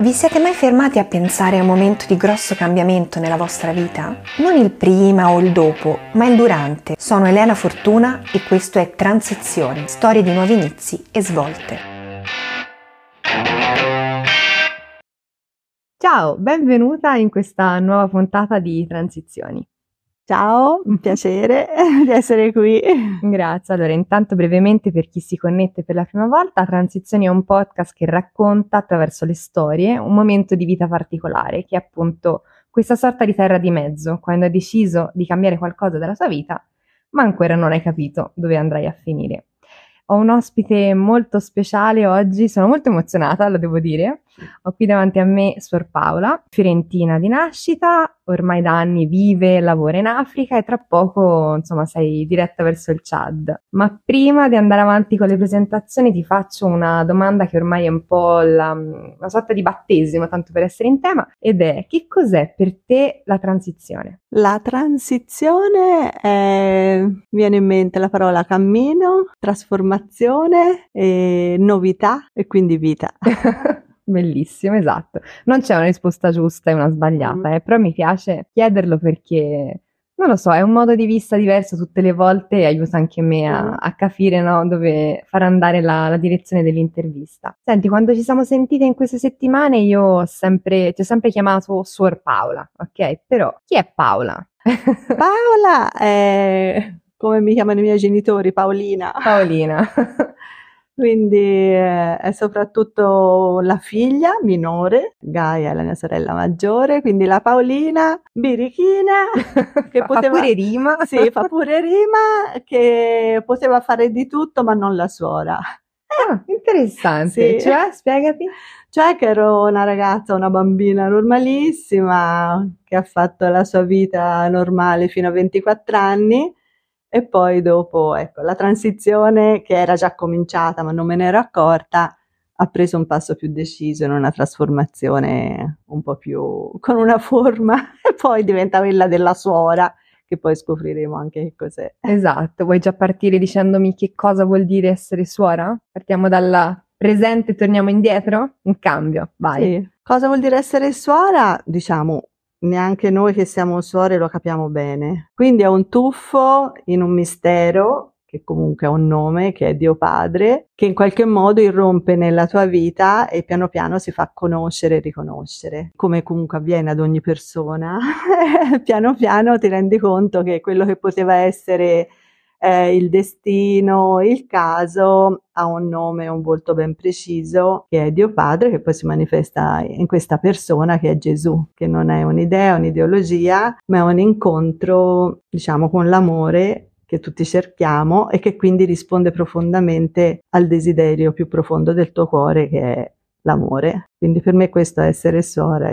Vi siete mai fermati a pensare a un momento di grosso cambiamento nella vostra vita? Non il prima o il dopo, ma il durante. Sono Elena Fortuna e questo è Transizioni, storie di nuovi inizi e svolte. Ciao, benvenuta in questa nuova puntata di Transizioni. Ciao, un piacere di essere qui. Grazie. Allora, intanto brevemente per chi si connette per la prima volta, Transizioni è un podcast che racconta attraverso le storie un momento di vita particolare, che è appunto questa sorta di terra di mezzo, quando hai deciso di cambiare qualcosa della tua vita, ma ancora non hai capito dove andrai a finire. Ho un ospite molto speciale oggi, sono molto emozionata, lo devo dire. Ho qui davanti a me Suor Paola, fiorentina di nascita, ormai da anni vive e lavora in Africa e tra poco, insomma, sei diretta verso il Chad. Ma prima di andare avanti con le presentazioni ti faccio una domanda che ormai è un po' una sorta di battesimo, tanto per essere in tema, ed è: che cos'è per te la transizione? La transizione viene in mente la parola cammino, trasformazione, e novità e quindi vita. Bellissimo, esatto. Non c'è una risposta giusta e una sbagliata, però mi piace chiederlo perché, non lo so, è un modo di vista diverso tutte le volte e aiuta anche me a capire, no, dove far andare la direzione dell'intervista. Senti, quando ci siamo sentite in queste settimane ti ho sempre chiamato Suor Paola, ok? Però chi è Paola? Paola è come mi chiamano i miei genitori, Paolina. Paolina. Quindi è soprattutto la figlia minore, Gaia è la mia sorella maggiore, quindi la Paolina birichina che fa pure rima. Sì, fa pure rima, che poteva fare di tutto ma non la suora. Ah, interessante, Sì. Cioè, spiegati. Cioè che ero una ragazza, una bambina normalissima, che ha fatto la sua vita normale fino a 24 anni, e poi dopo, ecco, la transizione che era già cominciata ma non me ne ero accorta, ha preso un passo più deciso in una trasformazione un po' più con una forma, e poi diventa quella della suora, che poi scopriremo anche che cos'è. Esatto, vuoi già partire dicendomi che cosa vuol dire essere suora? Partiamo dal presente e torniamo indietro? Un cambio, vai. Sì. Cosa vuol dire essere suora? Diciamo, neanche noi che siamo suore lo capiamo bene. Quindi è un tuffo in un mistero, che comunque ha un nome, che è Dio Padre, che in qualche modo irrompe nella tua vita e piano piano si fa conoscere e riconoscere. Come comunque avviene ad ogni persona, piano piano ti rendi conto che quello che poteva essere il destino, il caso, ha un nome e un volto ben preciso, che è Dio Padre, che poi si manifesta in questa persona che è Gesù, che non è un'idea, un'ideologia, ma è un incontro, diciamo, con l'amore che tutti cerchiamo e che quindi risponde profondamente al desiderio più profondo del tuo cuore, che è l'amore. Quindi per me questo è essere suora,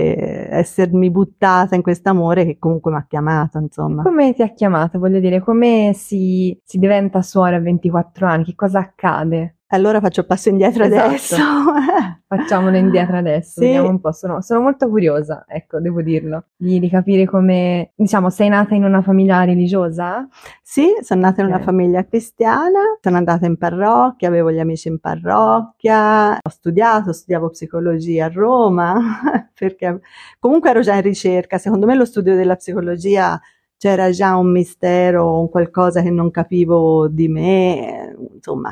essermi buttata in quest'amore che comunque mi ha chiamato, insomma. Come ti ha chiamato? Voglio dire, come si diventa suora a 24 anni? Che cosa accade? Allora faccio il passo indietro adesso. Facciamolo indietro adesso, sì. Vediamo un po'. Sono molto curiosa, ecco, devo dirlo, di capire come, diciamo, sei nata in una famiglia religiosa? Sì, sono nata in una famiglia cristiana, sono andata in parrocchia, avevo gli amici in parrocchia, studiavo psicologia a Roma, perché comunque ero già in ricerca. Secondo me lo studio della psicologia c'era già un mistero, un qualcosa che non capivo di me, insomma,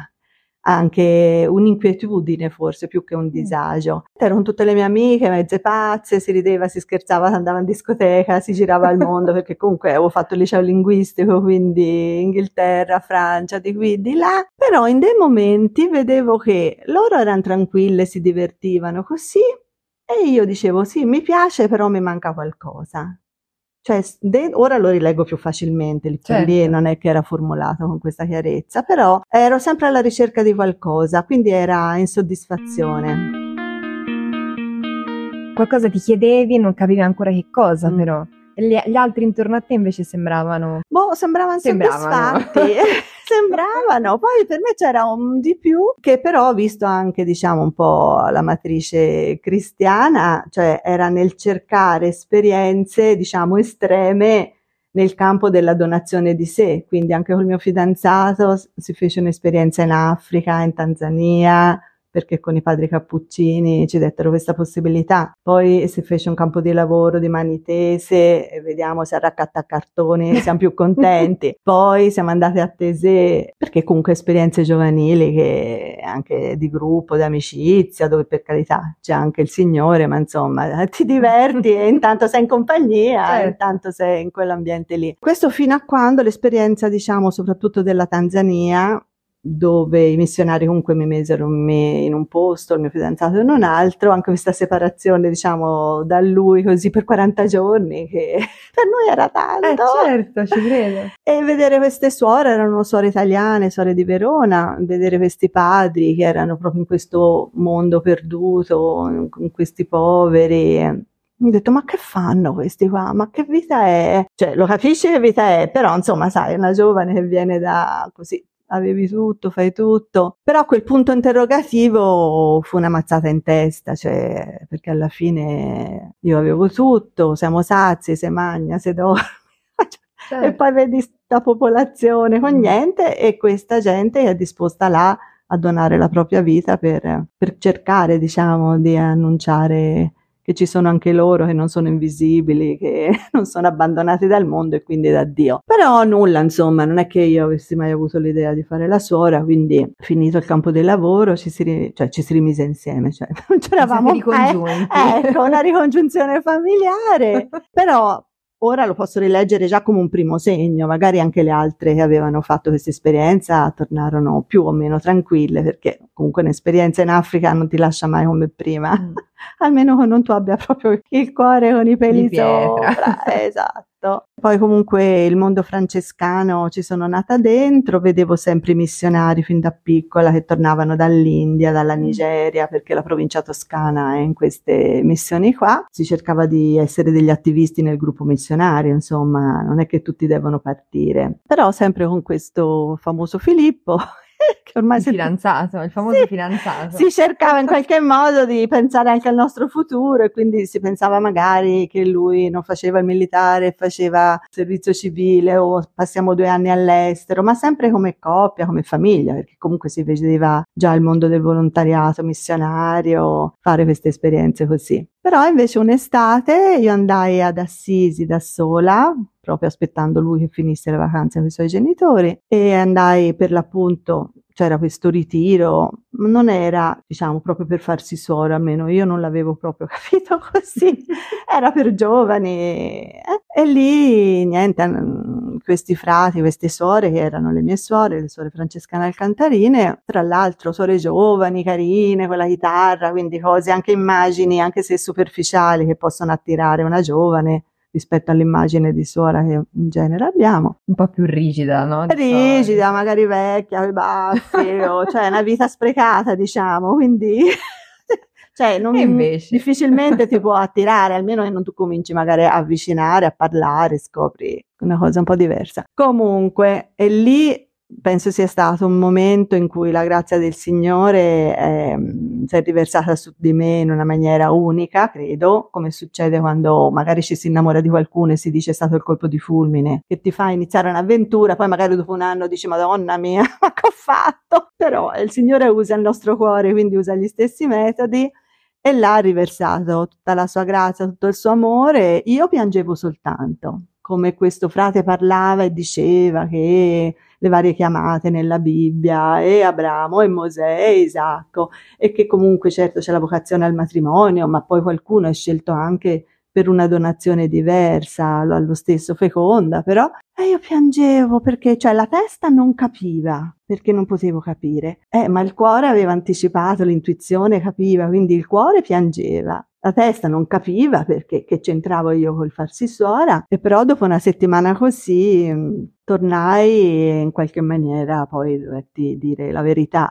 anche un'inquietudine forse più che un disagio. Ero con tutte le mie amiche, mezze pazze, si rideva, si scherzava, si andava in discoteca, si girava al mondo, perché comunque avevo fatto il liceo linguistico, quindi Inghilterra, Francia, di qui, di là. Però in dei momenti vedevo che loro erano tranquille, si divertivano così, e io dicevo sì, mi piace, però mi manca qualcosa. Cioè, ora lo rileggo più facilmente, lì non è che era formulato con questa chiarezza, però ero sempre alla ricerca di qualcosa, quindi era insoddisfazione. Qualcosa ti chiedevi e non capivi ancora che cosa, però. E gli altri intorno a te invece sembravano soddisfatti. Sembravano. Poi per me c'era un di più, che però ho visto anche, diciamo, un po' la matrice cristiana, cioè era nel cercare esperienze, diciamo, estreme nel campo della donazione di sé. Quindi anche col mio fidanzato si fece un'esperienza in Africa, in Tanzania, perché con i padri cappuccini ci dettero questa possibilità. Poi si fece un campo di lavoro di mani tese, e vediamo se raccatta cartoni, siamo più contenti. Poi siamo andati a Tesè, perché comunque esperienze giovanili, che anche di gruppo, di amicizia, dove per carità c'è anche il Signore, ma insomma ti diverti e intanto sei in compagnia, e intanto sei in quell'ambiente lì. Questo fino a quando l'esperienza, diciamo, soprattutto della Tanzania, dove i missionari comunque mi misero me in un posto, il mio fidanzato in un altro, anche questa separazione, diciamo, da lui così per 40 giorni, che per noi era tanto. Certo, ci credo. E vedere queste suore, erano suore italiane, suore di Verona, vedere questi padri che erano proprio in questo mondo perduto, con questi poveri. Ho detto, ma che fanno questi qua? Ma che vita è? Cioè, lo capisci che vita è, però insomma, sai, una giovane che viene da così, avevi tutto, fai tutto. Però quel punto interrogativo fu una mazzata in testa, cioè, perché alla fine io avevo tutto, siamo sazi, se magna, se dorme. Certo. E poi vedi sta popolazione con niente, e questa gente è disposta là a donare la propria vita per cercare, diciamo, di annunciare che ci sono anche loro, che non sono invisibili, che non sono abbandonati dal mondo e quindi da Dio. Però nulla, insomma, non è che io avessi mai avuto l'idea di fare la suora, quindi finito il campo del lavoro ci si rimise insieme, cioè non c'eravamo ricongiunti. Ecco, una ricongiunzione familiare, però ora lo posso rileggere già come un primo segno. Magari anche le altre che avevano fatto questa esperienza tornarono più o meno tranquille, perché comunque un'esperienza in Africa non ti lascia mai come prima, almeno che non tu abbia proprio il cuore con i peli sopra. Esatto. Poi comunque il mondo francescano ci sono nata dentro, vedevo sempre i missionari fin da piccola che tornavano dall'India, dalla Nigeria, perché la provincia toscana è in queste missioni qua. Si cercava di essere degli attivisti nel gruppo missionario, insomma, non è che tutti devono partire. Però sempre con questo famoso Filippo, che ormai il fidanzato, il famoso fidanzato. Si cercava in qualche modo di pensare anche al nostro futuro, e quindi si pensava magari che lui non faceva il militare, faceva servizio civile, o passiamo 2 anni all'estero, ma sempre come coppia, come famiglia, perché comunque si vedeva già il mondo del volontariato missionario, fare queste esperienze così. Però invece un'estate io andai ad Assisi da sola, proprio aspettando lui che finisse le vacanze con i suoi genitori, e andai per l'appunto, c'era questo ritiro, non era, diciamo, proprio per farsi suora, almeno io non l'avevo proprio capito così, era per giovani, e lì niente, questi frati, queste suore che erano le mie suore, le suore francescane alcantarine, tra l'altro suore giovani, carine, con la chitarra, quindi cose, anche immagini, anche se superficiali, che possono attirare una giovane rispetto all'immagine di suora che in genere abbiamo. Un po' più rigida, no? Rigida, magari vecchia, con i baffi, cioè una vita sprecata, diciamo, quindi cioè difficilmente ti può attirare, almeno che non tu cominci magari a avvicinare, a parlare, scopri una cosa un po' diversa. Comunque, e lì penso sia stato un momento in cui la grazia del Signore si è riversata su di me in una maniera unica, credo, come succede quando magari ci si innamora di qualcuno e si dice è stato il colpo di fulmine, che ti fa iniziare un'avventura, poi magari dopo un anno dici Madonna mia, ma che ho fatto? Però il Signore usa il nostro cuore, quindi usa gli stessi metodi, e là ha riversato tutta la sua grazia, tutto il suo amore. Io piangevo soltanto, come questo frate parlava e diceva che le varie chiamate nella Bibbia, e Abramo, e Mosè, e Isacco, e che comunque certo c'è la vocazione al matrimonio, ma poi qualcuno è scelto anche per una donazione diversa, allo stesso feconda, però io piangevo perché, cioè, la testa non capiva, perché non potevo capire, ma il cuore aveva anticipato, l'intuizione capiva, quindi il cuore piangeva. La testa non capiva perché che c'entravo io col farsi suora, e però dopo una settimana così tornai e in qualche maniera poi dovetti dire la verità.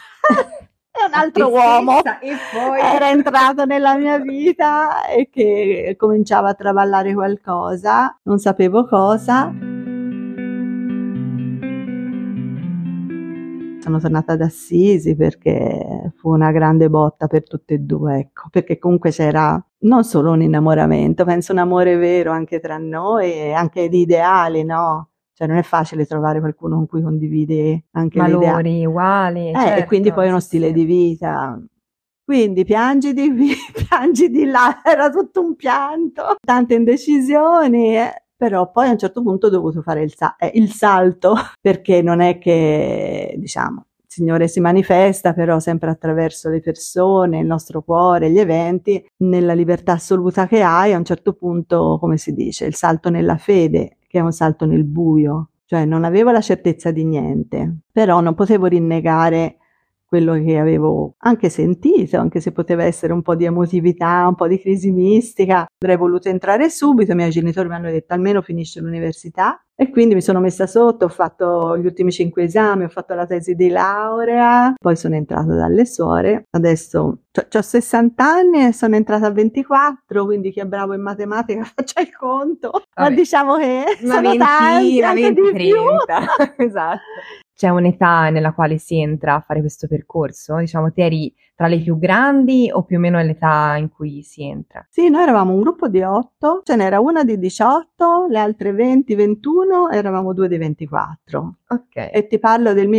E un altro uomo era entrato nella mia vita e che cominciava a traballare qualcosa, non sapevo cosa. Sono tornata ad Assisi perché fu una grande botta per tutte e due, ecco, perché comunque c'era non solo un innamoramento, penso un amore vero anche tra noi, e anche di ideali, no? cioè non è facile trovare qualcuno con cui condividi anche l'idea. Valori uguali, certo, E quindi poi uno stile di vita. Quindi piangi di qui, piangi di là, era tutto un pianto, tante indecisioni, però poi a un certo punto ho dovuto fare il salto, perché non è che, diciamo, il Signore si manifesta, però sempre attraverso le persone, il nostro cuore, gli eventi, nella libertà assoluta che hai, a un certo punto, come si dice, il salto nella fede, che è un salto nel buio, cioè non avevo la certezza di niente, però non potevo rinnegare quello che avevo anche sentito, anche se poteva essere un po' di emotività, un po' di crisi mistica. Avrei voluto entrare subito, i miei genitori mi hanno detto almeno finisci l'università, e quindi mi sono messa sotto, ho fatto gli ultimi 5 esami, ho fatto la tesi di laurea, poi sono entrata dalle suore, adesso ho 60 anni e sono entrata a 24, quindi chi è bravo in matematica faccia il conto. Vabbè, ma diciamo che una sono tanti, anche di più. Esatto. C'è un'età nella quale si entra a fare questo percorso? Diciamo, te eri tra le più grandi o più o meno è l'età in cui si entra? Sì, noi eravamo un gruppo di 8, ce n'era una di 18, le altre 20, 21, eravamo 2 di 24. Ok. E ti parlo del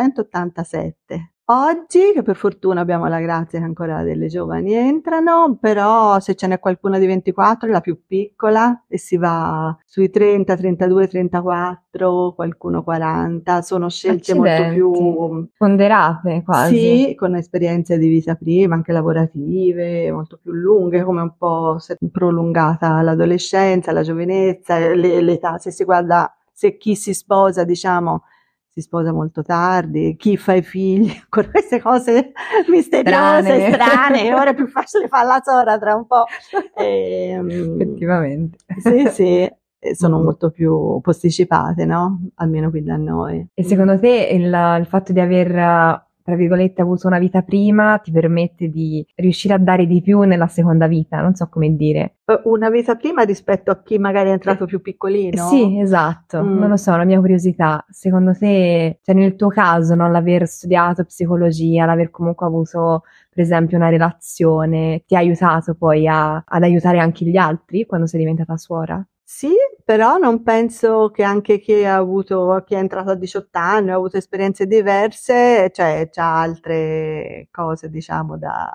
1987. Oggi, che per fortuna abbiamo la grazia che ancora delle giovani entrano, però se ce n'è qualcuna di 24 è la più piccola e si va sui 30, 32, 34, qualcuno 40, sono scelte molto più ponderate quasi. Sì, con esperienze di vita prima, anche lavorative, molto più lunghe, come un po' si è prolungata l'adolescenza, la giovinezza, l'età, se si guarda, se chi si sposa, diciamo, si sposa molto tardi, chi fa i figli, con queste cose misteriose, strane, ora è più facile fare la sora tra un po'. Effettivamente. Sì, sono molto più posticipate, no? Almeno qui da noi. E secondo te il fatto di aver, tra virgolette, avuto una vita prima ti permette di riuscire a dare di più nella seconda vita? Non so come dire. Una vita prima rispetto a chi magari è entrato più piccolino? Sì, esatto, non lo so, la mia curiosità. Secondo te, cioè nel tuo caso, non l'aver studiato psicologia, l'aver comunque avuto, per esempio, una relazione, ti ha aiutato poi ad aiutare anche gli altri quando sei diventata suora? Sì, però non penso che anche chi è entrato a 18 anni, ha avuto esperienze diverse, cioè c'ha altre cose, diciamo, da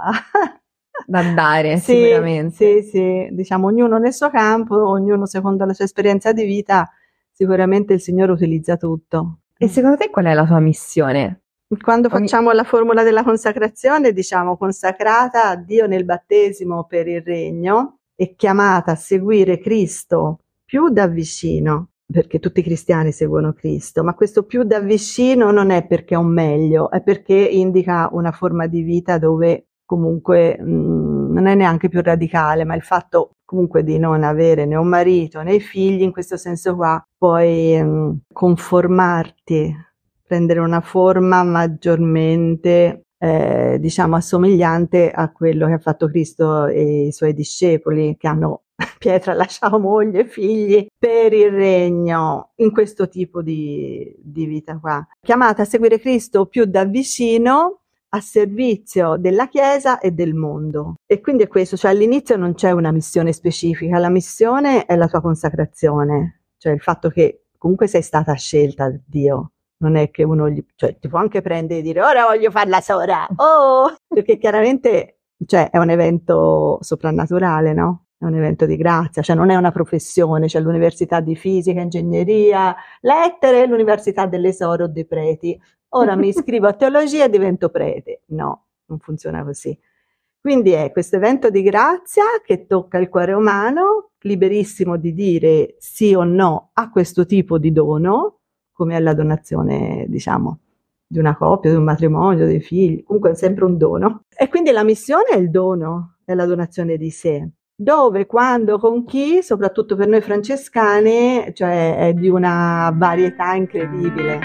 dare, sì, sicuramente. Sì, diciamo ognuno nel suo campo, ognuno secondo la sua esperienza di vita, sicuramente il Signore utilizza tutto. E secondo te qual è la tua missione? Quando facciamo la formula della consacrazione, diciamo consacrata a Dio nel battesimo per il regno e chiamata a seguire Cristo più da vicino, perché tutti i cristiani seguono Cristo, ma questo più da vicino non è perché è un meglio, è perché indica una forma di vita dove comunque non è neanche più radicale, ma il fatto comunque di non avere né un marito né figli, in questo senso qua puoi conformarti, prendere una forma maggiormente diciamo assomigliante a quello che ha fatto Cristo e i suoi discepoli, che hanno Pietra lasciava moglie e figli per il regno, in questo tipo di vita qua, chiamata a seguire Cristo più da vicino, a servizio della Chiesa e del mondo. E quindi è questo, cioè all'inizio non c'è una missione specifica, la missione è la tua consacrazione, cioè il fatto che comunque sei stata scelta da Dio. Non è che uno cioè ti può anche prendere e dire ora voglio fare la sora, perché chiaramente cioè è un evento soprannaturale, no? È un evento di grazia, cioè non è una professione, c'è l'università di fisica, ingegneria, lettere, l'università delle sore o dei preti. Ora mi iscrivo a teologia e divento prete. No, non funziona così. Quindi è questo evento di grazia che tocca il cuore umano, liberissimo di dire sì o no a questo tipo di dono, come alla donazione, diciamo, di una coppia, di un matrimonio, dei figli, comunque è sempre un dono. E quindi la missione è il dono, è la donazione di sé. Dove, quando, con chi, soprattutto per noi francescani, cioè è di una varietà incredibile.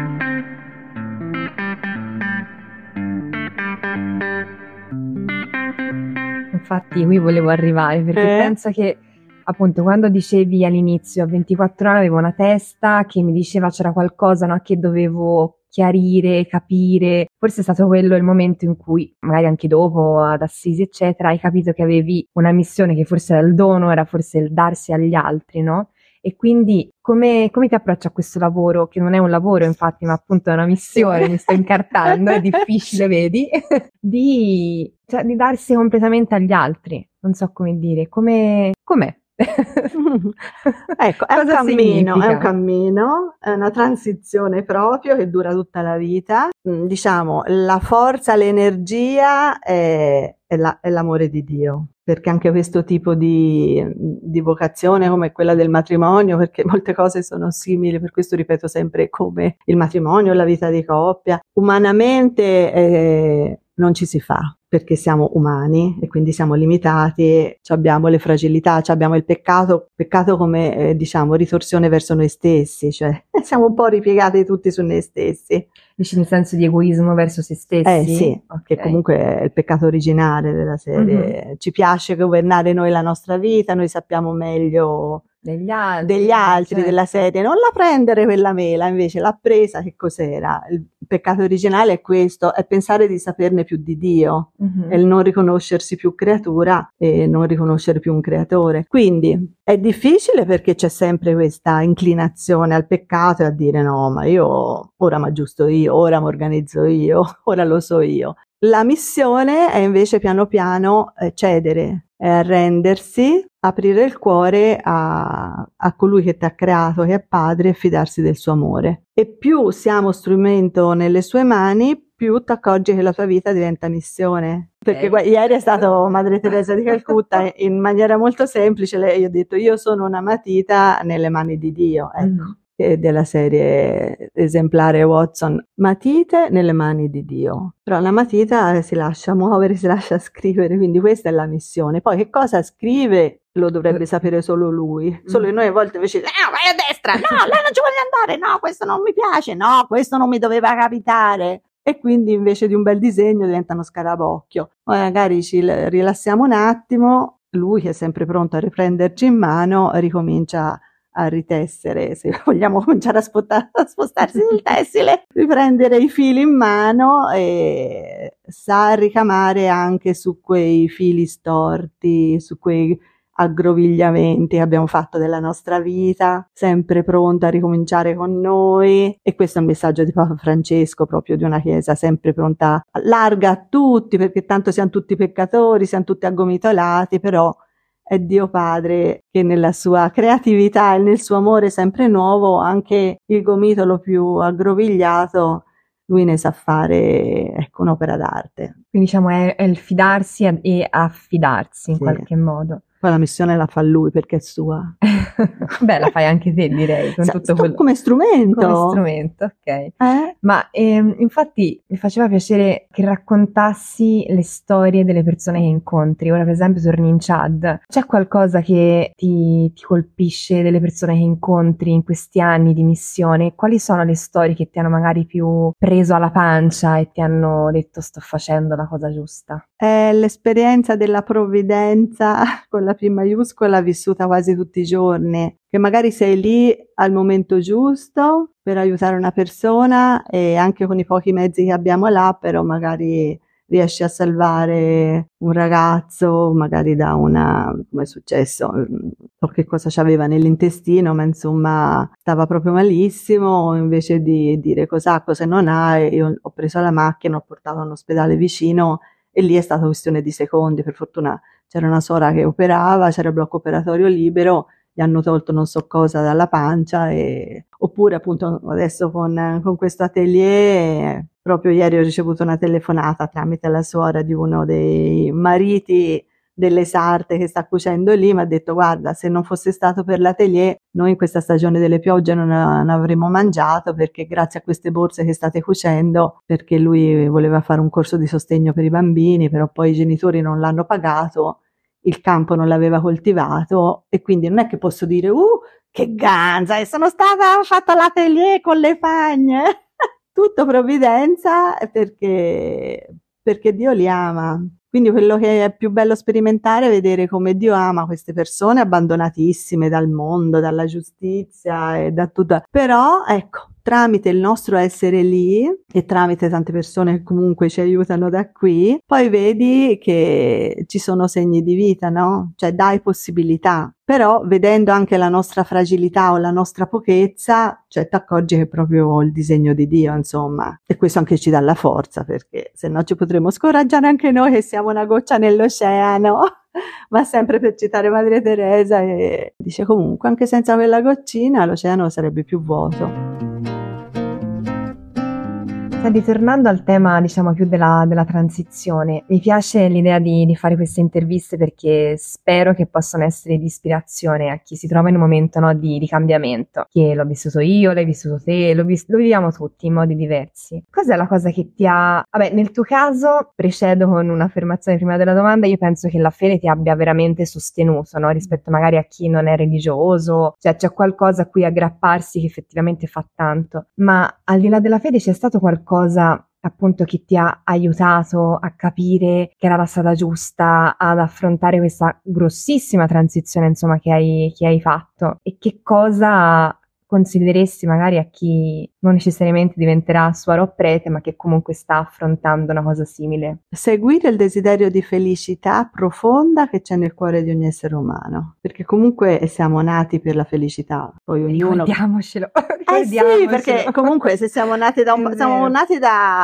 Infatti qui volevo arrivare, perché penso che appunto quando dicevi all'inizio a 24 anni avevo una testa che mi diceva c'era qualcosa, no, che dovevo chiarire, capire, forse è stato quello il momento in cui magari anche dopo ad Assisi eccetera hai capito che avevi una missione, che forse era il dono, era forse il darsi agli altri, no? E quindi come ti approcci a questo lavoro, che non è un lavoro infatti, ma appunto è una missione, mi sto incartando, è difficile, vedi, di darsi completamente agli altri, non so come dire, com'è? Ecco, è un Cosa significa? cammino, è una transizione proprio che dura tutta la vita. Diciamo, la forza, l'energia è l'amore di Dio, perché anche questo tipo di vocazione come quella del matrimonio, perché molte cose sono simili, per questo ripeto sempre come il matrimonio, la vita di coppia, umanamente non ci si fa, perché siamo umani e quindi siamo limitati, abbiamo le fragilità, abbiamo il peccato come diciamo ritorsione verso noi stessi, cioè siamo un po' ripiegati tutti su noi stessi. Dici in senso di egoismo verso se stessi? Sì, okay. Che comunque è il peccato originale della serie. Ci piace governare noi la nostra vita, noi sappiamo meglio degli altri, certo. Della serie, non la prendere quella mela, invece l'ha presa, che cos'era? Il peccato originale è questo, è pensare di saperne più di Dio, è il non riconoscersi più creatura e non riconoscere più un creatore. Quindi è difficile perché c'è sempre questa inclinazione al peccato e a dire no, ma io ora mi aggiusto io, ora mi organizzo io, ora lo so io. La missione è invece piano piano cedere, arrendersi, aprire il cuore a colui che ti ha creato, che è padre, e fidarsi del suo amore. E più siamo strumento nelle sue mani, più ti accorgi che la tua vita diventa missione. Perché ieri è stato Madre Teresa di Calcutta, in maniera molto semplice, lei ha detto io sono una matita nelle mani di Dio, ecco. Della serie esemplare Watson, matite nelle mani di Dio, però la matita si lascia muovere, si lascia scrivere, quindi questa è la missione. Poi che cosa scrive lo dovrebbe sapere solo lui, solo noi a volte invece no, vai a destra, no, lei non ci voglio andare, no, questo non mi piace, no, questo non mi doveva capitare, e quindi invece di un bel disegno diventa uno scarabocchio. Poi magari ci rilassiamo un attimo, lui che è sempre pronto a riprenderci in mano ricomincia a ritessere, se vogliamo cominciare a spostarsi sul tessile, riprendere i fili in mano e sa ricamare anche su quei fili storti, su quei aggrovigliamenti che abbiamo fatto della nostra vita, sempre pronto a ricominciare con noi. E questo è un messaggio di Papa Francesco, proprio di una chiesa sempre pronta, larga a tutti, perché tanto siamo tutti peccatori, siamo tutti aggomitolati, però è Dio Padre che nella sua creatività e nel suo amore sempre nuovo, anche il gomitolo più aggrovigliato, lui ne sa fare, ecco, un'opera d'arte. Quindi diciamo è il fidarsi e affidarsi in qualche modo. Poi la missione la fa lui perché è sua. Beh, la fai anche te, direi, con tutto quello. Come strumento. Come strumento, ok. Ma infatti mi faceva piacere che raccontassi le storie delle persone che incontri. Ora, per esempio, torni in Chad. C'è qualcosa che ti colpisce delle persone che incontri in questi anni di missione? Quali sono le storie che ti hanno magari più preso alla pancia e ti hanno detto sto facendo la cosa giusta? È l'esperienza della provvidenza con la P maiuscola vissuta quasi tutti i giorni, che magari sei lì al momento giusto per aiutare una persona e anche con i pochi mezzi che abbiamo là, però magari riesci a salvare un ragazzo magari da come è successo, non so che cosa c'aveva nell'intestino, ma insomma stava proprio malissimo, invece di dire cosa non ha, io ho preso la macchina, ho portato a un ospedale vicino e lì è stata questione di secondi, per fortuna c'era una suora che operava, c'era il blocco operatorio libero, gli hanno tolto non so cosa dalla pancia, oppure appunto adesso con questo atelier, proprio ieri ho ricevuto una telefonata tramite la suora di uno dei mariti delle sarte che sta cucendo lì, mi ha detto guarda, se non fosse stato per l'atelier noi in questa stagione delle piogge non avremmo mangiato, perché grazie a queste borse che state cucendo, perché lui voleva fare un corso di sostegno per i bambini, però poi i genitori non l'hanno pagato, il campo non l'aveva coltivato e quindi non è che posso dire che ganza, e sono stata, ho fatto l'atelier con le fagne tutto provvidenza perché Dio li ama. Quindi quello che è più bello sperimentare è vedere come Dio ama queste persone abbandonatissime dal mondo, dalla giustizia e da tutto. Però, ecco, tramite il nostro essere lì e tramite tante persone che comunque ci aiutano da qui, poi vedi che ci sono segni di vita, no? Cioè dai possibilità. Però vedendo anche la nostra fragilità o la nostra pochezza, cioè ti accorgi che è proprio il disegno di Dio, insomma. E questo anche ci dà la forza, perché se no ci potremmo scoraggiare anche noi che siamo una goccia nell'oceano. Ma sempre per citare Madre Teresa, e dice comunque anche senza quella goccina l'oceano sarebbe più vuoto. Senti, tornando al tema, diciamo, più della transizione, mi piace l'idea di fare queste interviste perché spero che possano essere di ispirazione a chi si trova in un momento, no, di cambiamento, che l'ho vissuto io, l'hai vissuto te, lo viviamo tutti in modi diversi. Cos'è la cosa che ti ha... Vabbè, nel tuo caso, precedo con un'affermazione prima della domanda, io penso che la fede ti abbia veramente sostenuto, no, rispetto magari a chi non è religioso, cioè c'è qualcosa a cui aggrapparsi che effettivamente fa tanto, ma al di là della fede c'è stato qualcosa appunto che ti ha aiutato a capire che era la strada giusta ad affrontare questa grossissima transizione, insomma, che hai fatto, e che cosa consiglieresti magari a chi non necessariamente diventerà suora o prete, ma che comunque sta affrontando una cosa simile? Seguire il desiderio di felicità profonda che c'è nel cuore di ogni essere umano, perché comunque siamo nati per la felicità, poi ognuno... Ricordiamocelo. Sì, perché comunque se siamo nati siamo nati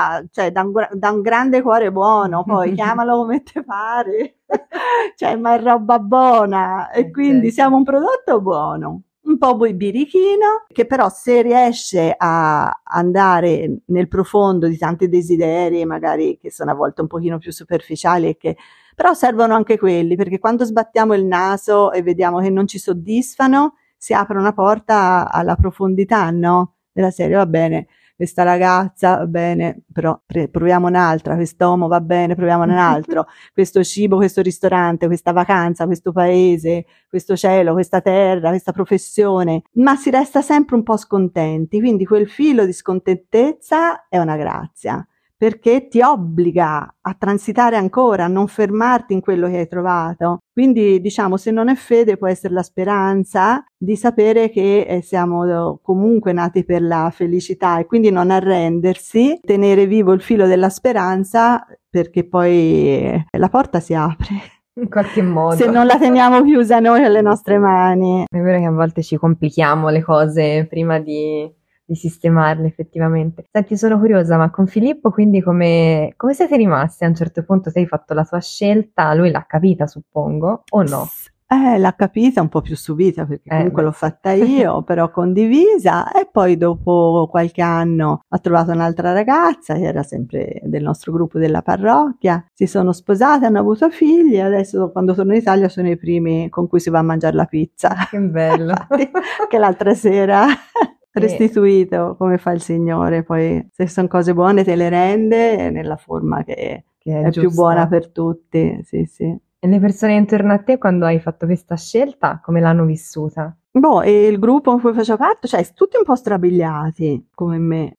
da un grande cuore buono, poi chiamalo come te pare, cioè ma è roba buona, e quindi siamo un prodotto buono. Un po' birichino, che però se riesce a andare nel profondo di tanti desideri, magari che sono a volte un pochino più superficiali, e che però servono anche quelli, perché quando sbattiamo il naso e vediamo che non ci soddisfano, si apre una porta alla profondità, no? Della serie, va bene, questa ragazza, va bene, però proviamo un'altra, quest'uomo, va bene, proviamo un altro, questo cibo, questo ristorante, questa vacanza, questo paese, questo cielo, questa terra, questa professione, ma si resta sempre un po' scontenti, quindi quel filo di scontentezza è una grazia, perché ti obbliga a transitare ancora, a non fermarti in quello che hai trovato. Quindi, diciamo, se non è fede, può essere la speranza di sapere che siamo comunque nati per la felicità, e quindi non arrendersi, tenere vivo il filo della speranza, perché poi la porta si apre. In qualche modo. Se non la teniamo chiusa noi con le nostre mani. È vero che a volte ci complichiamo le cose prima di sistemarle effettivamente. Senti, sono curiosa, ma con Filippo quindi come siete rimasti? A un certo punto te hai fatto la tua scelta, lui l'ha capita, suppongo, o no? L'ha capita un po' più subita, perché comunque l'ho fatta io, però condivisa, e poi dopo qualche anno ha trovato un'altra ragazza che era sempre del nostro gruppo della parrocchia, si sono sposate, hanno avuto figli, e adesso quando torno in Italia sono i primi con cui si va a mangiare la pizza. Che bello! Che l'altra sera... restituito come fa il Signore, poi se sono cose buone te le rende nella forma che è più buona per tutti, sì. E le persone intorno a te, quando hai fatto questa scelta, come l'hanno vissuta? E il gruppo in cui facevo parte, cioè tutti un po' strabiliati come me,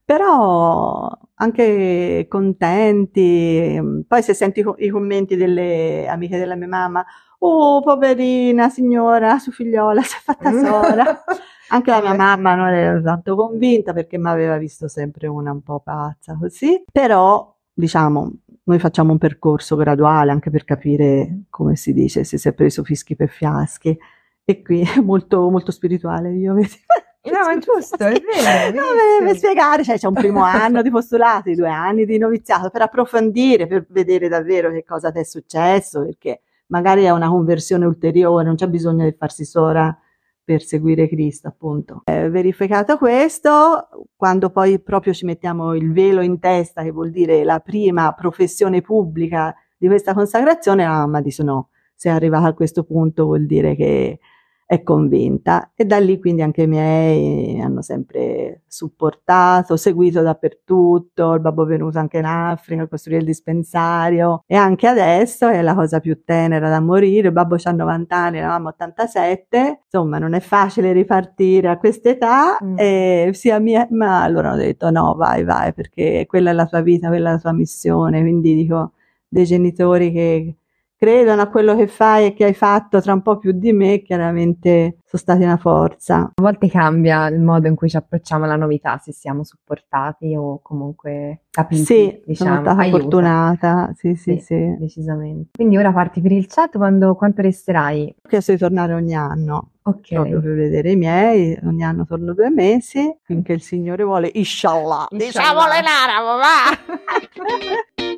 però anche contenti. Poi se senti i commenti delle amiche della mia mamma, oh poverina signora, sua figliola si è fatta sola. Anche la mia mamma non era tanto convinta, perché mi aveva visto sempre una un po' pazza così, però diciamo noi facciamo un percorso graduale anche per capire, come si dice, se si è preso fischi per fiaschi, e qui è molto, molto spirituale, io vedi. No, è giusto, è vero. Per spiegare, cioè c'è un primo anno di postulato, 2 anni di noviziato, per approfondire, per vedere davvero che cosa ti è successo, perché magari è una conversione ulteriore, non c'è bisogno di farsi sora per seguire Cristo, appunto. Verificato questo, quando poi proprio ci mettiamo il velo in testa, che vuol dire la prima professione pubblica di questa consacrazione, la mamma dice no, se è arrivata a questo punto vuol dire che è convinta, e da lì quindi anche i miei hanno sempre supportato, seguito dappertutto, il babbo è venuto anche in Africa a costruire il dispensario, e anche adesso è la cosa più tenera da morire. Il babbo c'ha 90 anni, la mamma 87, insomma non è facile ripartire a quest'età, e sia ma allora ho detto no, vai, perché quella è la tua vita, quella è la tua missione, quindi dico dei genitori che credono a quello che fai e che hai fatto tra un po' più di me, chiaramente sono stati una forza. A volte cambia il modo in cui ci approcciamo alla novità, se siamo supportati o comunque capiti, Sì, diciamo, sono stata aiuta. fortunata, sì. Decisamente. Quindi ora parti per il chat, quanto resterai? Ho chiesto di tornare ogni anno, Ok. proprio per vedere i miei, ogni anno torno 2 mesi, finché il Signore vuole, inshallah. Diciamo Inshallah. in arabo, va!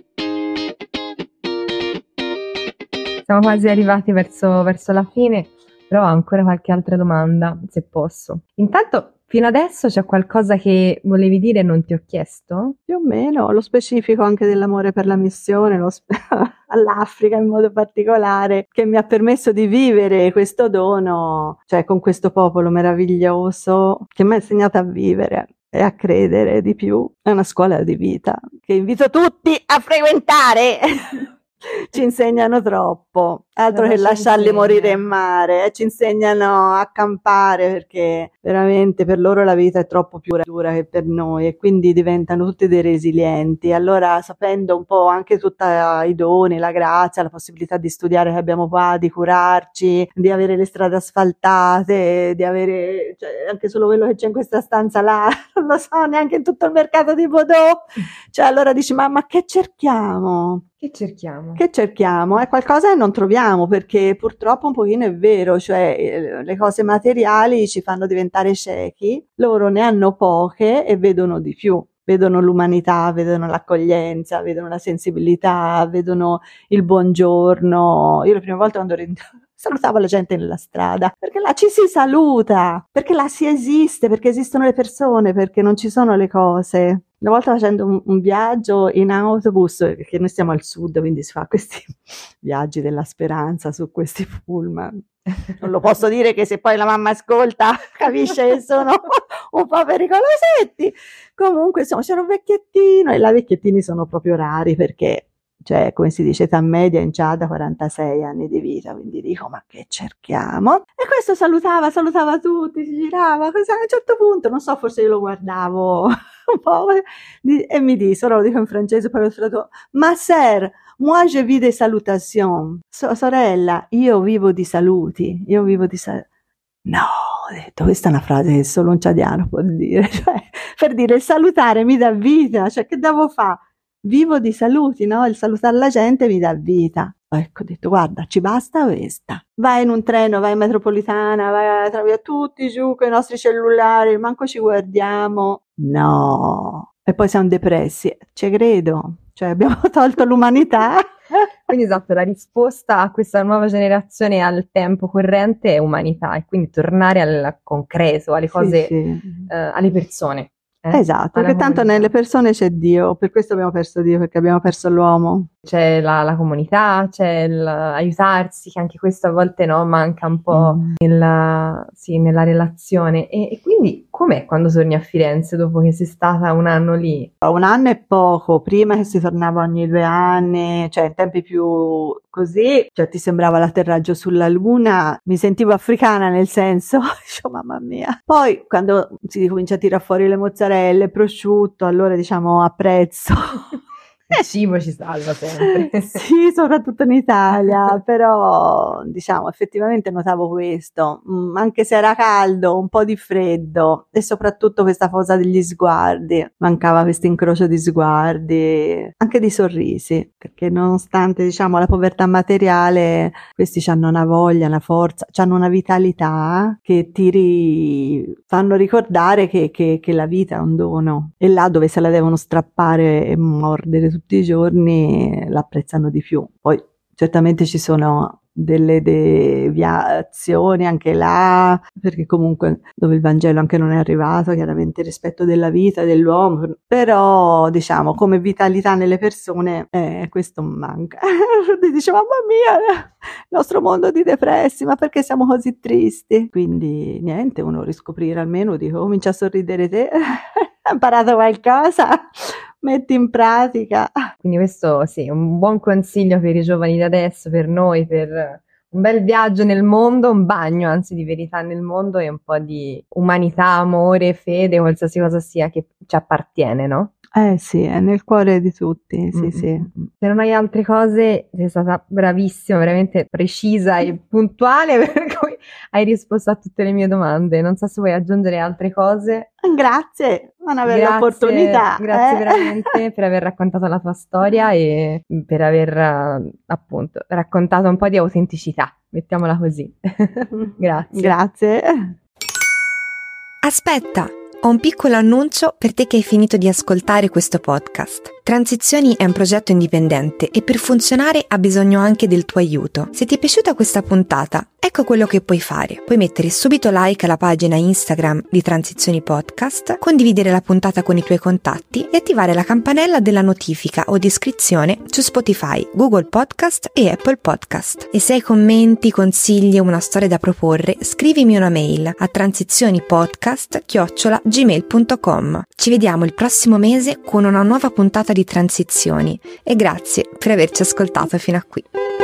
Siamo quasi arrivati verso la fine, però ho ancora qualche altra domanda, se posso. Intanto, fino adesso c'è qualcosa che volevi dire e non ti ho chiesto? Più o meno, lo specifico anche dell'amore per la missione, all'Africa in modo particolare, che mi ha permesso di vivere questo dono, cioè con questo popolo meraviglioso che mi ha insegnato a vivere e a credere di più. È una scuola di vita che invito tutti a frequentare. Ci insegnano troppo, altro che lasciarli morire in mare, ci insegnano a campare perché veramente per loro la vita è troppo più dura che per noi e quindi diventano tutti dei resilienti. Allora, sapendo un po' anche tutti i doni, la grazia, la possibilità di studiare che abbiamo qua, di curarci, di avere le strade asfaltate, di avere anche solo quello che c'è in questa stanza là, non lo so, neanche in tutto il mercato di Bodò. Cioè allora dici, ma che cerchiamo? Che cerchiamo? Che cerchiamo? È qualcosa che non troviamo, perché purtroppo un pochino è vero, cioè le cose materiali ci fanno diventare ciechi, loro ne hanno poche e vedono di più. Vedono l'umanità, vedono l'accoglienza, vedono la sensibilità, vedono il buongiorno. Io le prime volte quando salutavo la gente nella strada, perché là ci si saluta, perché là si esiste, perché esistono le persone, perché non ci sono le cose. Una volta facendo un viaggio in autobus, perché noi stiamo al sud, quindi si fa questi viaggi della speranza su questi pullman. Non lo posso dire che se poi la mamma ascolta capisce che sono un po' pericolosetti. Comunque insomma c'era un vecchiettino e là vecchiettini sono proprio rari perché cioè come si dice età media in Ciada 46 anni di vita, quindi dico ma che cerchiamo? E questo salutava tutti, si girava, così a un certo punto, non so, forse io lo guardavo un po' e mi disse, ora lo dico in francese, poi ho detto, ma sir, moi je vis des salutations, sorella, io vivo di saluti, no, ho detto, questa è una frase che solo un ciadiano può dire, cioè, per dire il salutare mi dà vita, cioè che devo fare? Vivo di saluti, no? Il salutare la gente mi dà vita. Ecco, ho detto, guarda, ci basta questa. Vai in un treno, vai in metropolitana, vai a tutti giù con i nostri cellulari, manco ci guardiamo. No. E poi siamo depressi. Ci credo. Cioè, abbiamo tolto l'umanità. Quindi esatto, la risposta a questa nuova generazione al tempo corrente è umanità e quindi tornare al concreto, alle cose, sì. Alle persone. Esatto, perché tanto nelle persone c'è Dio, per questo abbiamo perso Dio, perché abbiamo perso l'uomo. C'è la comunità, c'è l'aiutarsi, che anche questo a volte no, manca un po' nella relazione. E quindi com'è quando torni a Firenze dopo che sei stata un anno lì? 1 anno e poco, prima che si tornava ogni 2 anni, cioè in tempi più così, cioè ti sembrava l'atterraggio sulla luna, mi sentivo africana nel senso, dicevo mamma mia. Poi quando si comincia a tirare fuori le mozzarelle, prosciutto, allora diciamo apprezzo. Il cibo ci salva sempre. Sì, soprattutto in Italia, però diciamo effettivamente notavo questo, anche se era caldo, un po' di freddo e soprattutto questa cosa degli sguardi, mancava questo incrocio di sguardi, anche di sorrisi, perché nonostante diciamo la povertà materiale, questi hanno una voglia, una forza, hanno una vitalità che ti fanno ricordare che la vita è un dono e là dove se la devono strappare e mordere tutti i giorni l'apprezzano di più. Poi certamente ci sono delle deviazioni anche là, perché comunque dove il Vangelo anche non è arrivato, chiaramente il rispetto della vita dell'uomo, però diciamo come vitalità nelle persone questo manca. Dice mamma mia, il nostro mondo di depressi, ma perché siamo così tristi? Quindi niente, uno riscoprire almeno, dico comincia a sorridere te, hai imparato qualcosa? Metti in pratica. Quindi questo sì, un buon consiglio per i giovani di adesso, per noi, per un bel viaggio nel mondo, un bagno anzi di verità nel mondo e un po' di umanità, amore, fede, qualsiasi cosa sia che ci appartiene, no? Sì, è nel cuore di tutti, sì, sì. Se non hai altre cose, sei stata bravissima, veramente precisa e puntuale, per cui hai risposto a tutte le mie domande. Non so se vuoi aggiungere altre cose. Grazie, non avere l'opportunità. Grazie veramente per aver raccontato la tua storia e per aver appunto raccontato un po' di autenticità, mettiamola così. Grazie. Grazie. Aspetta! Ho un piccolo annuncio per te che hai finito di ascoltare questo podcast. Transizioni è un progetto indipendente e per funzionare ha bisogno anche del tuo aiuto. Se ti è piaciuta questa puntata, ecco quello che puoi fare. Puoi mettere subito like alla pagina Instagram di Transizioni Podcast, condividere la puntata con i tuoi contatti e attivare la campanella della notifica o di iscrizione su Spotify, Google Podcast e Apple Podcast. E se hai commenti, consigli o una storia da proporre, scrivimi una mail a transizionipodcast@gmail.com. Ci vediamo il prossimo mese con una nuova puntata di Transizioni e grazie per averci ascoltato fino a qui.